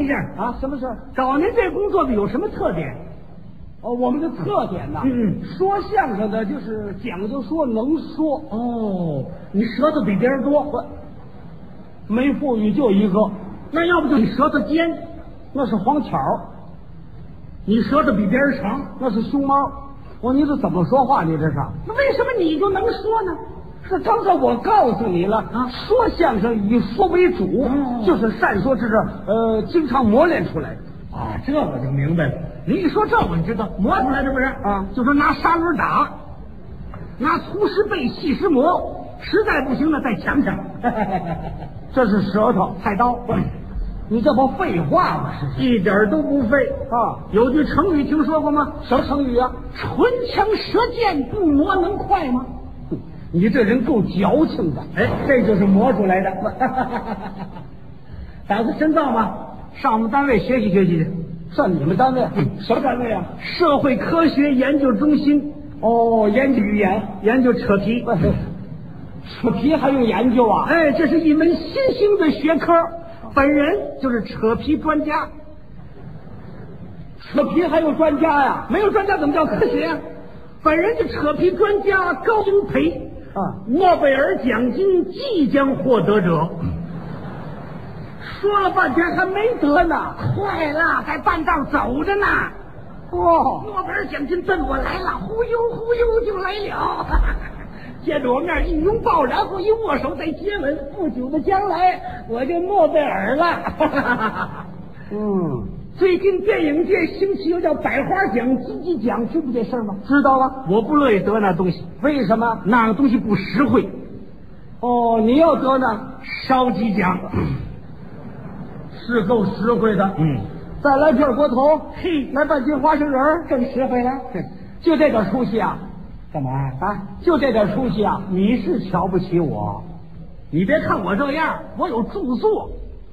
先生啊，什么事？ 找您这工作的有什么特点？ 哦，我们的特点呐，说相声的就是讲究说能说。 哦，你舌头比别人多， 没富裕就一个， 那要不就你舌头尖， 那是黄巧， 你舌头比别人长， 那是熊猫。你这怎么说话？你这是？ 那为什么你就能说呢？ 是刚才我告诉你了啊， 说相声以说为主，就是善说之事，经常磨练出来的。 啊，这我就明白了。你一说这我就知道，磨出来是不是？ 啊， 就是拿砂轮打，拿粗石背细石磨，实在不行了再强强。 这是舌头菜刀， 你这不废话吗？ 一点都不废啊！ 有句成语听说过吗？ 什么成语啊？ 唇枪舌剑，不磨能快吗？ 你这人够矫情的。 哎，这就是磨出来的。打算深造吗？上我们单位学习学习去。 上你们单位？什么单位啊？ 社会科学研究中心。 哦，研究语言， 研究扯皮。 扯皮还用研究啊？ 哎，这是一门新兴的学科。本人就是扯皮专家。 扯皮还有专家呀？ 没有专家怎么叫科学呀？本人就扯皮专家高英培啊， 诺贝尔奖金即将获得者。说了半天还没得呢，快了，在半道走着呢。 哦， 诺贝尔奖金奔我来了，忽悠忽悠就来了。见着我面一拥抱，然后一握手再接吻，不久的将来我就诺贝尔了。最近电影界兴起有叫百花奖、金鸡奖，知不这事儿吗？ 知道啊， 我不乐意得那东西。 为什么？ 那个东西不实惠。 哦，你要得呢？ 烧鸡奖。 是够实惠的。再来片锅头， 嘿， 来半斤花生仁， 更实惠了。 就这点出息啊？ 干嘛啊？就这点出息啊？ 你是瞧不起我？你别看我这样，我有著作，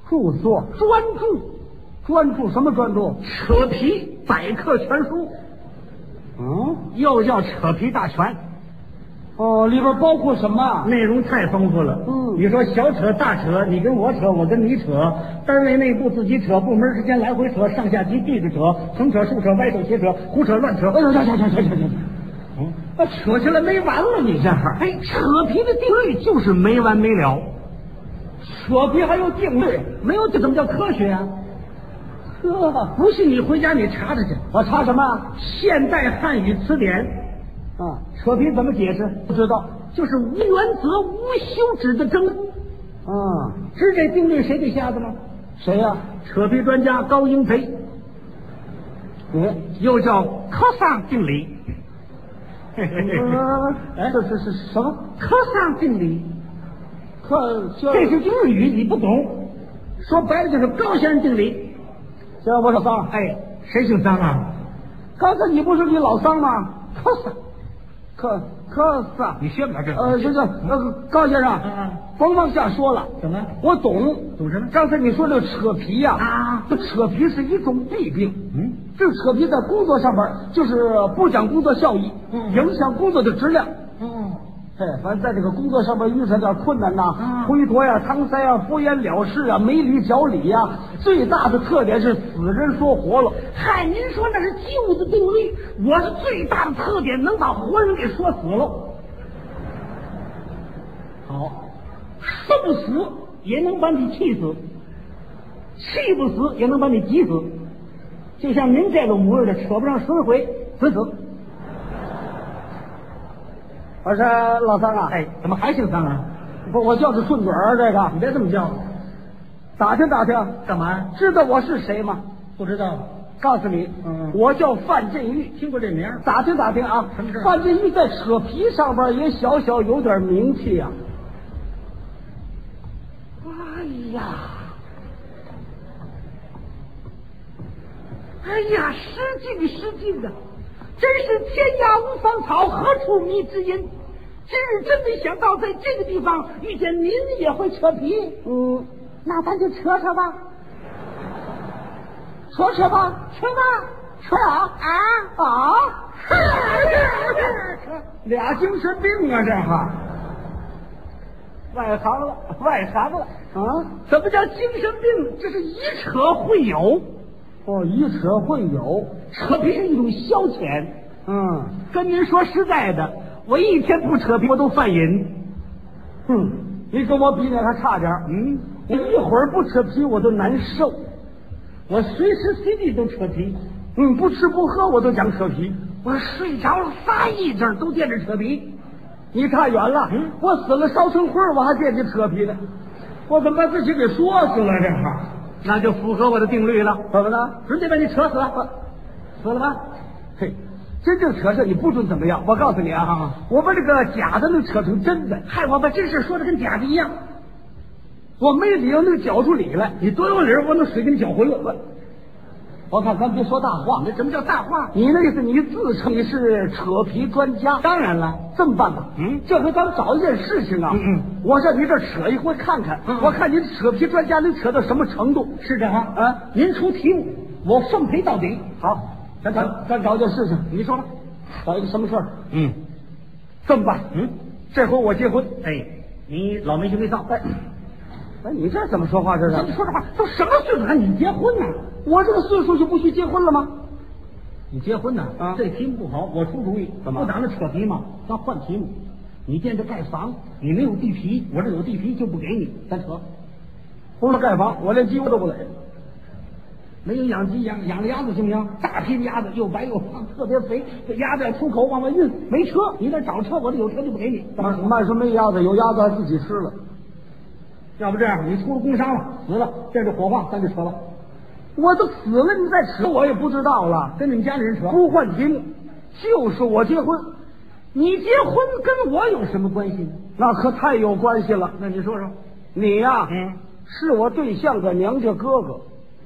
专注什么专注？扯皮百科全书。又叫扯皮大全。 哦，里边包括什么？ 内容太丰富了。你说小扯大扯，你跟我扯，我跟你扯，单位内部自己扯，部门之间来回扯，上下级对着扯，横扯竖扯歪手斜扯胡扯乱扯。 行， 那扯起来没完了，你这儿。哎，扯皮的定律就是没完没了。 扯皮还有定律？ 没有这怎么叫科学啊？不信你回家你查查去。 我查什么？ 现代汉语词典。扯皮怎么解释？ 不知道。 就是无原则、无休止的争。知这定律谁给下的吗？ 谁呀？ 扯皮专家高英培。又叫科桑定理。 这是什么？ 科桑定理。 这是日语，你不懂。说白了就是高先生定理。 行，我说桑。 哎，谁姓桑啊？ 刚才你不是你老桑吗？科桑。科桑， 你学不了这。 行，高先生，甭往下说了。 怎么？ 我懂什么？ 刚才你说这扯皮呀，这扯皮是一种弊病。这扯皮在工作上边就是不讲工作效益，影响工作的质量。反正在这个工作上边遇上点困难呐，推脱呀、搪塞呀、敷衍了事啊、没理脚理呀，最大的特点是死人说活了。 嗨，您说那是旧的定律，我是最大的特点能把活人给说死了。好，说不死也能把你气死，气不死也能把你急死。就像您这个模样的，扯不上10回死死。 我说老三啊， 怎么还姓三啊？ 不，我叫着顺嘴儿这个， 你别这么叫。 打听打听， 干嘛？ 知道我是谁吗？ 不知道。 告诉你，我叫范振玉， 听过这名？ 打听打听啊， 什么事？ 范振玉在扯皮上边也小小有点名气啊。 哎呀，失敬啊！真是天涯无芳草，何处觅知音？今日真没想到，在这个地方遇见您也会扯皮。 那咱就扯扯吧，扯吧，扯俩精神病啊，这哈！ 外行了，外行了啊！ 怎么叫精神病？这是以扯会友。 哦，以扯会友， 扯皮是一种消遣。跟您说实在的，我一天不扯皮我都犯瘾。 你跟我比那还差点。我一会儿不扯皮我都难受， 我随时随地都扯皮。 不吃不喝我都想扯皮， 我睡着了撒一阵都惦着扯皮。 你差远了。我死了烧成灰我还惦记扯皮呢，我怎么把自己给说死了？这哈， 那就符合我的定律了。 怎么了？ 直接把你扯死了，死了吧？ 嘿，真正扯上你不准怎么样。我告诉你啊，我把这个假的能扯成真的， 害我把真事说的跟假的一样。 我没理由能搅出理来， 你多有理，我能水给你搅浑了。 我看咱别说大话。 什么叫大话？ 你那意思，你自称你是扯皮专家。 当然了， 这么办吧。这回咱们找一件事情啊。我上你这扯一回看看，我看你扯皮专家能扯到什么程度。 是这哈啊？您出题目，我奉陪到底。 好，咱找一件事情， 你说吧。 找一个什么事儿？这么办。这回我结婚。 你老没羞没臊。 你这怎么说话？这是你说这话都什么岁数还你结婚呢？ 我这个岁数就不许结婚了吗？ 你结婚呢？这题目不好，我出主意。 怎么？ 不打那扯皮嘛，咱换题目。你惦着盖房，你没有地皮，我这有地皮就不给你，咱扯。 不是盖房，我连鸡窝都不垒。 没有养鸡养了鸭子行不行？大批的鸭子又白又胖，特别肥。这鸭子要出口往外运，没车，你得找车，我这有车就不给你。 慢说没鸭子，有鸭子还自己吃了。 要不这样，你出了工伤了，死了，这是火化，咱就扯了。 我都死了，你再扯我也不知道了。 跟你们家里人扯， 不换题目，就是我结婚。 你结婚跟我有什么关系呢？ 那可太有关系了。 那你说说。 你呀，是我对象的娘家哥哥。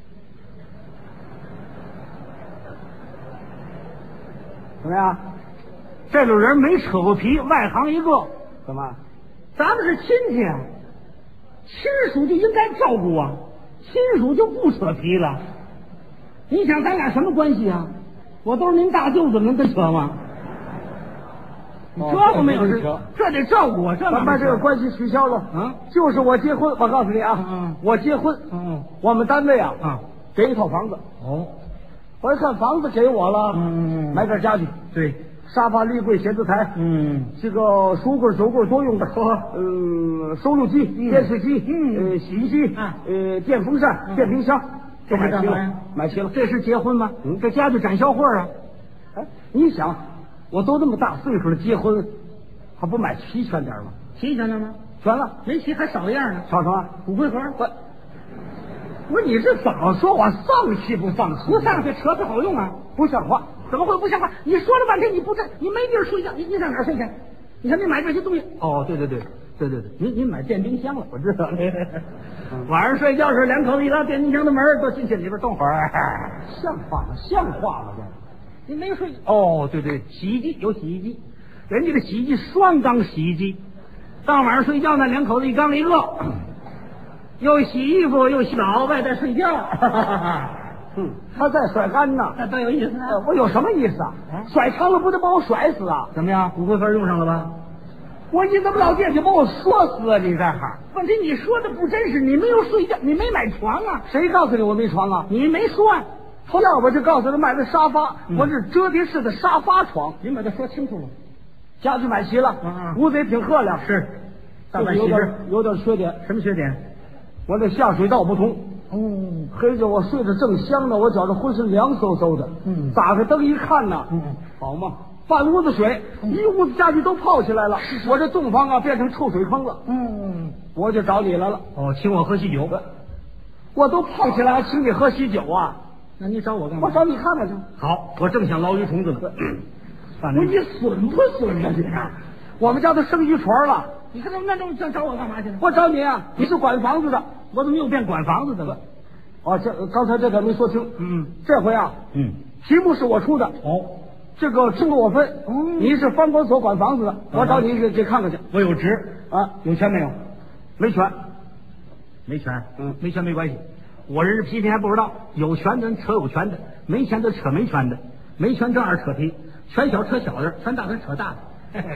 怎么样？ 这种人没扯过皮，外行一个。 怎么？ 咱们是亲戚啊，亲属就应该照顾啊，亲属就不扯皮了。你想咱俩什么关系啊？我都是您大舅子，能跟扯吗？这我没有事，这得照顾我。 咱把这个关系取消了。就是我结婚，我告诉你啊，我结婚，我们单位啊，给一套房子。我一看房子给我了，买点家具。 对， 沙发、立柜、写字台，这个书柜、酒柜多用的，收录机、电视机，洗衣机，电风扇、电冰箱，都买齐了，买齐了。 这是结婚吗？这家具展销会啊！ 哎，你想，我都那么大岁数了，结婚还不买齐全点吗？ 齐全了吗？ 全了， 没齐还少一样呢。 少什么？ 骨灰盒。 不是你这怎么说话？丧气不丧气？ 不丧气，扯皮好用啊！ 不像话。 怎么会不像话？你说了半天你不在，你没地儿睡觉，你上哪儿睡去？你看你买这些东西。哦，对，您买电冰箱了，我知道。晚上睡觉时两口子一拉电冰箱的门，都进去里边动会儿。 像话吗？像话吗？ 这你没睡？哦，对，洗衣机有洗衣机，人家的洗衣机双缸洗衣机，到晚上睡觉呢，两口子一缸里热，又洗衣服又洗澡，外带睡觉。 他在甩干呢， 那多有意思啊！ 我有什么意思啊？甩长了不得把我甩死啊？ 怎么样？骨灰盒用上了吧？ 你怎么老惦记把我说死啊？你这哈？ 问题你说的不真实，你没有睡觉，你没买床啊？ 谁告诉你我没床啊？ 你没说啊？ 要不就告诉他买的沙发，我是折叠式的沙发床。 您把它说清楚了。 家具买齐了，屋子也挺漂亮， 是， 但是有点缺点。 什么缺点？ 我这下水道不通。黑着我睡得正香呢，我觉着浑身凉飕飕的。打开灯一看呢，好嘛，半屋子水，一屋子家具都泡起来了。我这洞房啊变成臭水坑了。我就找你来了。 请我喝喜酒。 我都泡起来还请你喝喜酒啊？ 那你找我干嘛？ 我找你看看去。 好，我正想捞鱼虫子呢。 你损不损啊你？我们家都生鱼船了。 你看那找我干嘛去了？ 我找你啊，你是管房子的， 我怎么又变管房子的了？ 这刚才这点没说清。这回啊，题目是我出的。这个吃我分。你是房管所管房子的，我找你给看看去。 我有职啊，有权没有？ 没权。 没权。没权没关系。我这批评还不知道，有权的扯有权的，没权的扯没权的，没权正二扯皮，权小扯小的，权大的扯大的。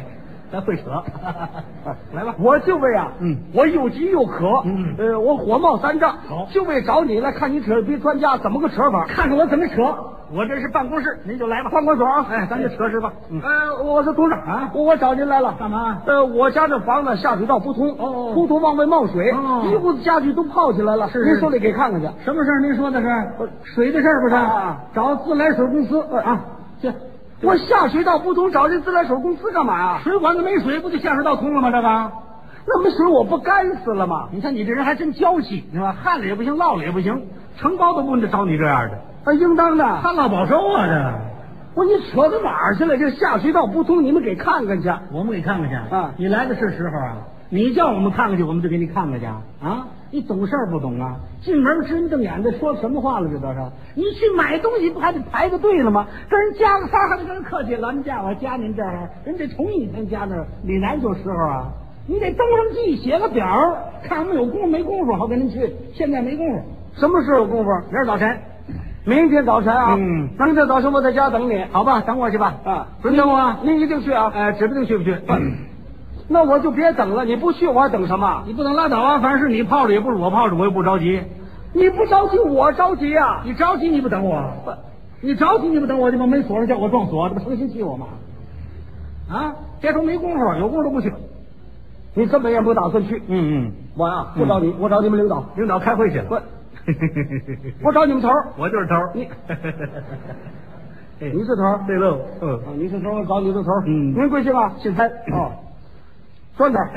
咱会扯。来吧， 我就为啊，我又急又渴，我火冒三丈， 好， 就为找你来看你扯皮专家怎么个扯法， 看看我怎么扯。我这是办公室，您就来吧。 办公室啊， 哎，咱就扯是吧？ 我是董事长啊，我找您来了， 干嘛？ 我家这房子下水道不通，土土往外冒水，一屋子家具都泡起来了。 是您手里给看看去。 什么事儿？您说的是水的事儿不是？找自来水公司啊，去。 我下水道不通，找这自来水公司干嘛呀？ 水管子没水，不就下水道通了吗？这个， 那没水我不干死了吗？ 你看你这人还真娇气，是吧？旱了也不行，涝了也不行，承包都不能找你这样的。 应当的， 旱涝保收啊！这我你扯到哪儿去了？这下水道不通，你们给看看去。 我们给看看去啊！ 你来的是时候啊！你叫我们看看去，我们就给你看看去啊！你懂事儿不懂啊？进门直瞪眼的说什么话了？这都是你去买东西不还得排个队了吗？跟人加个仨还得跟人客气，老人家我加您这儿，人得同意咱加那儿，你哪有时候啊？你得登上记，写个表，看我们有功夫没功夫，好跟您去。现在没功夫， 什么时候有功夫？ 明儿早晨。 明天早晨啊，明天早晨我在家等你， 好吧？等我去吧。 啊， 准等我啊！ 您一定去啊？ 指不定去不去。 那我就别等了，你不去我还等什么？ 你不能拉倒啊！反正是你泡着，也不是我泡着，我又不着急。 你不着急，我着急啊！ 你着急你不等我，你着急你不等我，就把门锁上，叫我撞锁，这不成心气我吗？啊！别说没功夫，有功夫都不去。 你根本也不打算去。我呀不找你，我找你们领导， 领导开会去了。 我找你们头， 我就是头。 你是头？ 对喽。 你是头，我找你的头。您贵姓啊？ 姓潘。 砖头。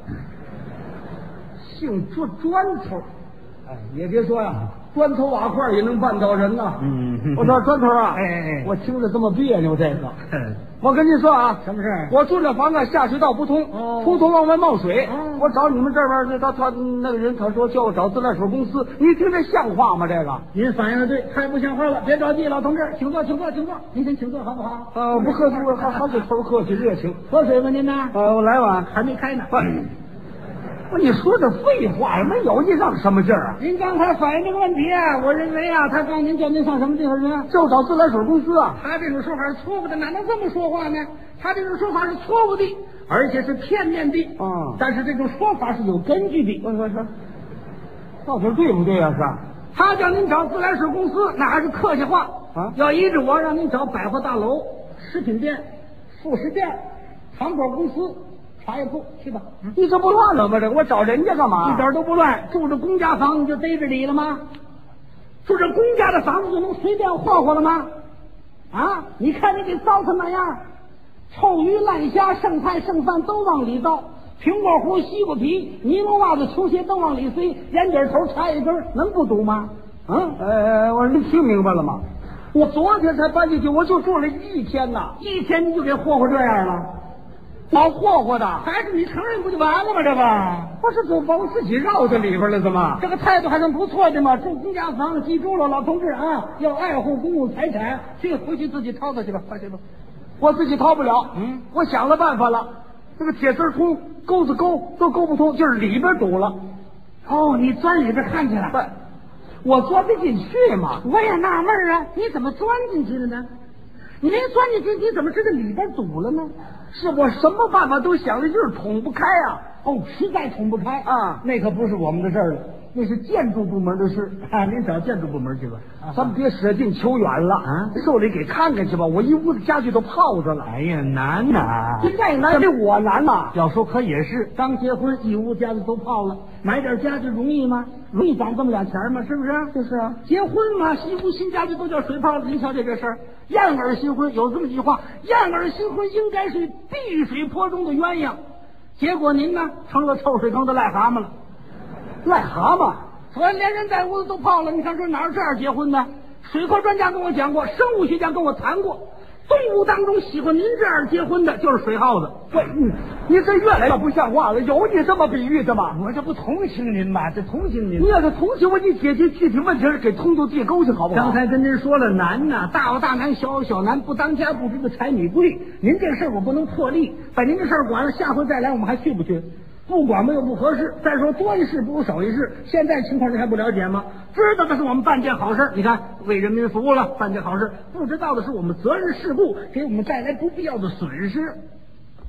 姓砖头。 也别说呀，砖头瓦块也能绊倒人呐。我说砖头啊，我听着这么别扭，这个。我跟您说啊， 什么事？ 我住这房子下水道不通，土土往外冒水。我找你们这边他那个人，他说叫我找自来水公司，你听这像话吗？这个您反应的对，太不像话了。别着急，老同志，请坐，请坐，请坐。您先请坐好不好？ 不客气，还是头客气热情。 喝水吗？您呢？ 我来碗， 还没开呢。 你说这废话，没有你让什么劲儿啊？ 您刚才反映这个问题啊，我认为啊，他告您叫您上什么地方去？ 就找自来水公司啊。 他这种说法是错误的，哪能这么说话呢？他这种说法是错误的，而且是片面的。但是这种说法是有根据的。 我说，到底对不对啊？是他叫您找自来水公司，那还是客气话啊。 要依着我，让您找百货大楼、食品店、副食店、糖果公司。茶叶铺去吧。 你这不乱了吗？这我找人家干嘛？ 一点都不乱。住着公家房你就逮着理了吗？住着公家的房子就能随便霍霍了吗？啊！你看你给糟成那样，臭鱼烂虾、剩菜剩饭都往里倒，苹果核、西瓜皮、尼龙袜子、球鞋都往里塞，烟点头、茶叶根能不堵吗？ 我说你听明白了吗？我昨天才搬进去，我就住了1天呐 ，1天你就给霍霍这样了。 老霍霍的， 还是你承认不就完了吗？这个不是就把我自己绕在里边了，怎么？ 这个态度还算不错的嘛。住公家房，记住了，老同志啊，要爱护公共财产，去回去自己掏掏去吧，快去吧。 我自己掏不了，我想了办法了，这个铁丝通，钩子勾都勾不通，就是里边堵了。 你钻里边看去了？ 不，我钻得进去嘛。 我也纳闷啊，你怎么钻进去了呢？你没钻进去，你怎么知道里边堵了呢？ 是我什么办法都想了，就是捅不开啊！ 实在捅不开啊， 那可不是我们的事儿了，那是建筑部门的事啊，您找建筑部门去吧。 咱们别舍近求远了啊，受理给看看去吧。我一屋子家具都泡着了。 哎呀，难呐！ 你再难比我难呐！ 要说可也是，刚结婚一屋家具都泡了，买点家具容易吗？容易攒这么点钱吗？是不是？ 就是啊， 结婚嘛，新屋新家具都叫水泡子。您瞧这事儿，燕儿新婚有这么句话：燕儿新婚应该是碧水坡中的鸳鸯。结果您呢，成了臭水坑的癞蛤蟆了。 癞蛤蟆， 昨天连人带屋子都泡了。你看说哪有这样结婚的？水科专家跟我讲过，生物学家跟我谈过，动物当中喜欢您这样结婚的就是水耗子。 喂，你这越来越不像话了，有你这么比喻的吗？ 我这不同情您吗？这同情您。 你要是同情我，你解决具体问题给通通地沟去好不好？ 刚才跟您说了难呐，大有大难，小有小难，不当家不知的柴米贵。您这事儿我不能破例，把您这事儿管了，下回再来我们还去不去？不管吧又不合适。再说多一事不如少一事，现在情况您还不了解吗？知道的是我们办件好事，你看为人民服务了，办件好事；不知道的是我们责任事故给我们带来不必要的损失。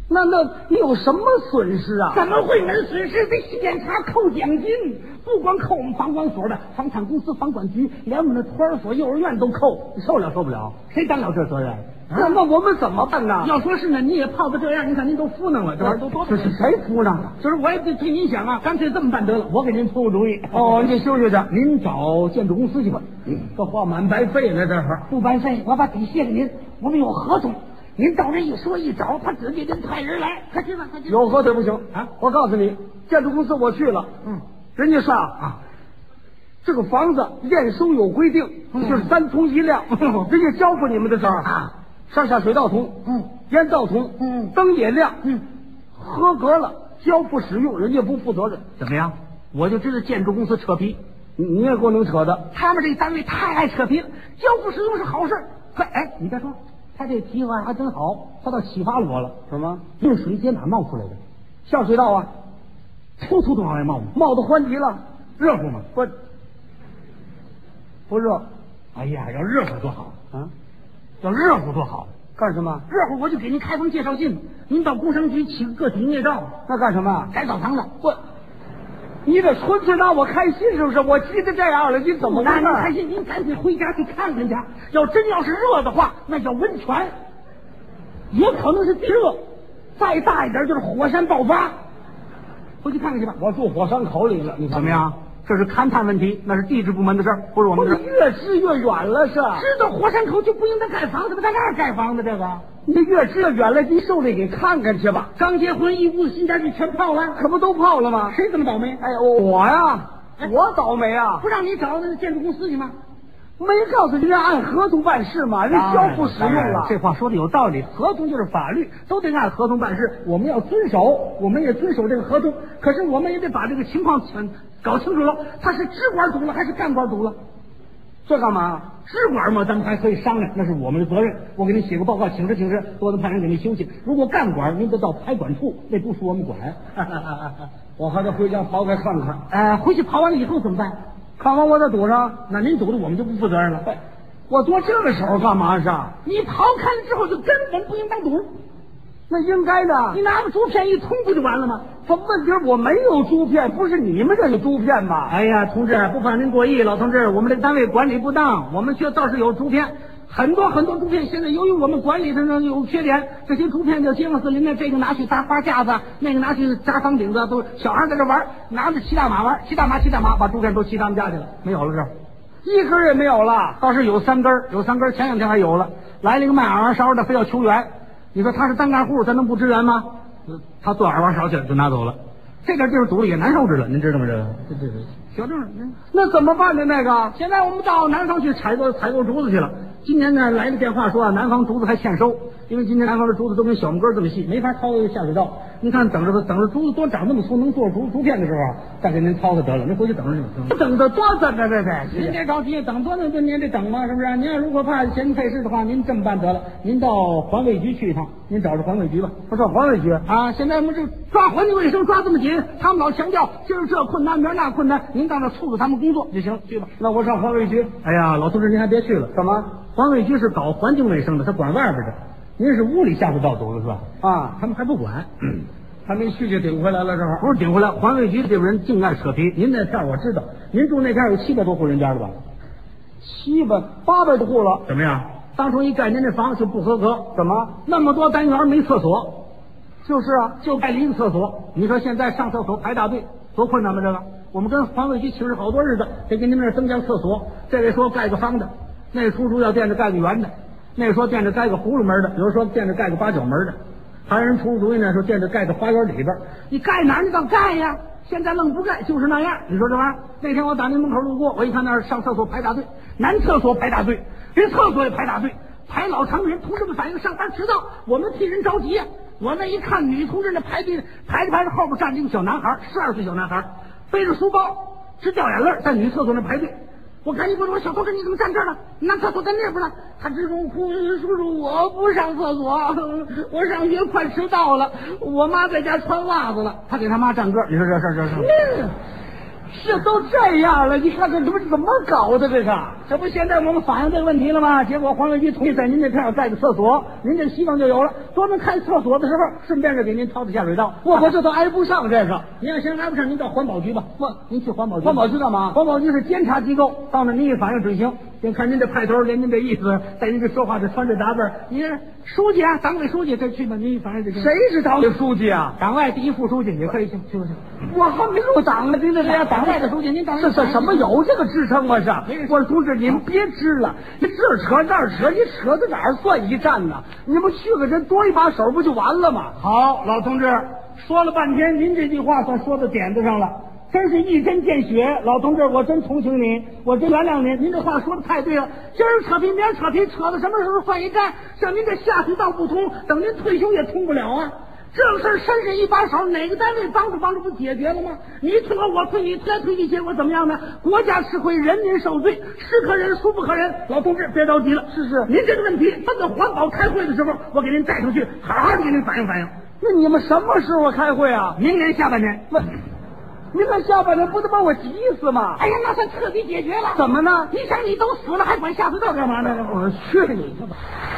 那你有什么损失啊？ 怎么会没损失？得检查扣奖金，不光扣我们房管所的，房产公司、房管局，连我们的托儿所、幼儿园都扣， 受了受不了？ 谁担了这责任？ 那我们怎么办呢？ 要说是呢，你也泡的这样，你看您都敷弄了，这玩意儿都多。 这是谁敷弄的？ 就是我也得替您想啊，干脆这么办得了，我给您出个主意。 哦，你休息去， 您找建筑公司去吧。 这话蛮白费了，这会儿不白费，我把底卸给您，我们有合同。您到这一说一找，他自己给派人来，快去吧，快去。 有合同不行啊！我告诉你，建筑公司我去了，人家说啊，这个房子验收有规定，就是3通1亮，人家交付你们的时候啊，上下水道通，烟道通，灯也亮，合格了，交付使用，人家不负责任， 怎么样？我就知道建筑公司扯皮， 你也够能扯的。 他们这单位太爱扯皮了，交付使用是好事。快，哎，你别说。他这提法还真好，他倒启发了我了。 什么？ 用水街哪冒出来的？ 下水道啊， 突都往外冒吗？ 冒得欢极了， 热乎吗？ 不热。 哎呀，要热乎多好啊！ 要热乎多好！ 干什么？ 热乎我就给您开封介绍信，您到工商局起个个体营业照。 那干什么？ 改澡堂子。 你这纯粹让我开心是不是？我急得这样了，你怎么那您开心？您赶紧回家去看看去。要是热的话，那叫温泉，也可能是地热，再大一点就是火山爆发。回去看看去吧。 我住火山口里了，你看怎么样？这是勘探问题，那是地质部门的事儿，不是我们的事。 越支越远了是？ 知道火山口就不应该盖房子，在那儿盖房子，这个你越支越远了，你受理给看看去吧。 刚结婚一屋子新家具全泡了， 可不都泡了吗？ 谁这么倒霉？ 哎，我呀，我倒霉啊！ 不让你找那建筑公司去吗？ 没告诉人家按合同办事嘛，人交付使用了。 这话说的有道理，合同就是法律，都得按合同办事，我们要遵守，我们也遵守这个合同。可是我们也得把这个情况搞清楚了，他是支管堵了还是干管堵了？ 这干嘛？ 支管嘛，咱们还可以商量，那是我们的责任。我给您写个报告，请示，多能派人给您休息。如果干管，您得到排管处，那不属我们管。 我还得回家刨开看看。 回去刨完了以后怎么办？ 看完我再堵上， 那您堵了我们就不负责任了。 我多这个时候干嘛是？ 你刨开了之后就根本不应当堵。 那应该的， 你拿个竹片一通不就完了吗？ 这问题我没有竹片，不是你们这有竹片吗？ 哎呀，同志，不怕您过意，老同志，我们这个单位管理不当，我们却倒是有竹片，很多竹片。现在由于我们管理上有缺点，这些竹片就街坊四邻的，这个拿去搭花架子，那个拿去扎房顶子，都小孩在这玩，拿着骑大马玩，骑大马，把竹片都骑他们家去了，没有了这， 一根也没有了。 倒是有3根，前2天还有了，来了一个卖耳环烧的，非要求援。你说他是单干户，咱能不支援吗？他做耳环烧去了就拿走了，这点地方堵了也难受着了，您知道吗？这小郑， 那怎么办呢？那个， 现在我们到南方去采购竹子去了。今年呢来的电话说南方竹子还欠收，因为今年南方的竹子都跟小木根这么细，没法掏下水道。您看等着竹子多长那么粗，能做竹片的时候，再给您掏它得了。您回去等着去。 等着多等着这您别着急，等多您得等吗？是不是？您要如果怕嫌费事的话，您这么办得了，您到环卫局去一趟，您找着环卫局吧。 不是环卫局啊！现在我们这抓环境卫生抓这么紧，他们老强调今儿这困难，明儿那困难，您到那促使他们工作就行，去吧。 那我上环卫局。 哎呀，老同志您还别去了。 干嘛？ 环卫局是搞环境卫生的，他管外边的。您是屋里下水道堵了是吧？ 啊， 他们还不管。 还没去就顶回来了，这会儿不是顶回来。环卫局这边人净爱扯皮。您那片我知道，您住那片有700多户人家了吧 ？700、800多户了。 怎么样？当初一盖您这房就不合格。 怎么？ 那么多单元没厕所？ 就是啊， 就盖1个厕所。你说现在上厕所排大队，多困难吗？这个，我们跟环卫局请示好多日子，得给您那儿增加厕所。这位说盖个方的，那出租要垫着盖个圆的，那说垫着盖个葫芦门的，有人说垫着盖个八角门的。还有人出主意呢，说垫着盖个花园里边，你盖哪儿你倒盖呀！现在愣不盖，就是那样。你说这玩意儿？那天我打您门口路过，我一看那儿上厕所排大队，男厕所排大队，连厕所也排大队，排老长的人。同志们反映上班迟到，我们替人着急呀。我那一看，女同志那排着，后边站着一个小男孩，12岁小男孩，背着书包，直掉眼泪，在女厕所那排队。我赶紧问我小同志，你怎么站这儿了？男厕所在那边呢。他直中哭，叔叔，我不上厕所，我上学快迟到了，我妈在家穿袜子了。他给他妈站个，你说这事儿。 这都这样了，你看看怎么搞的这个？ 这不现在我们反映这个问题了吗？结果黄伟基同意在您这片儿盖个厕所，您这个希望就有了。专门开厕所的时候，顺便是给您掏的下水道。 我这都挨不上这个。 您要嫌挨不上，您到环保局吧。您去环保局。 环保局干嘛？ 环保局是监察机构，到那您一反映执行。就看您这派头，连您这意思，在您这说话这穿这打扮，您是书记啊，党委书记，这去吧，您一反映执行。 谁是党委书记啊？ 党外第一副书记也可以去不去？ 我还没入党呢，您这党外的书记，您党这什么有这个职称吗？我说同志，您别支了，你这扯那扯，你扯到哪儿算一站呢？你们去个人多一把手不就完了吗？ 好，老同志说了半天，您这句话算说到点子上了。真是一针见血，老同志，我真同情您，我真原谅您。您这话说的太对了，今儿扯皮，明儿扯皮，扯到什么时候算一站？像您这下水道不通，等您退休也通不了啊！这个事儿伸伸一把手，哪个单位帮助不解决了吗？你推我推你，再推一些我怎么样呢？国家吃亏，人民受罪，是可忍，孰不可忍？老同志别着急了， 是您这个问题，等到环保开会的时候，我给您带出去，好好的给您反映反映。 那你们什么时候开会啊？ 明年下半年。 您看下半年不得把我急死吗？ 哎呀，那算彻底解决了。 怎么呢？ 你想你都死了，还管下水道干嘛呢？ 我去你的吧！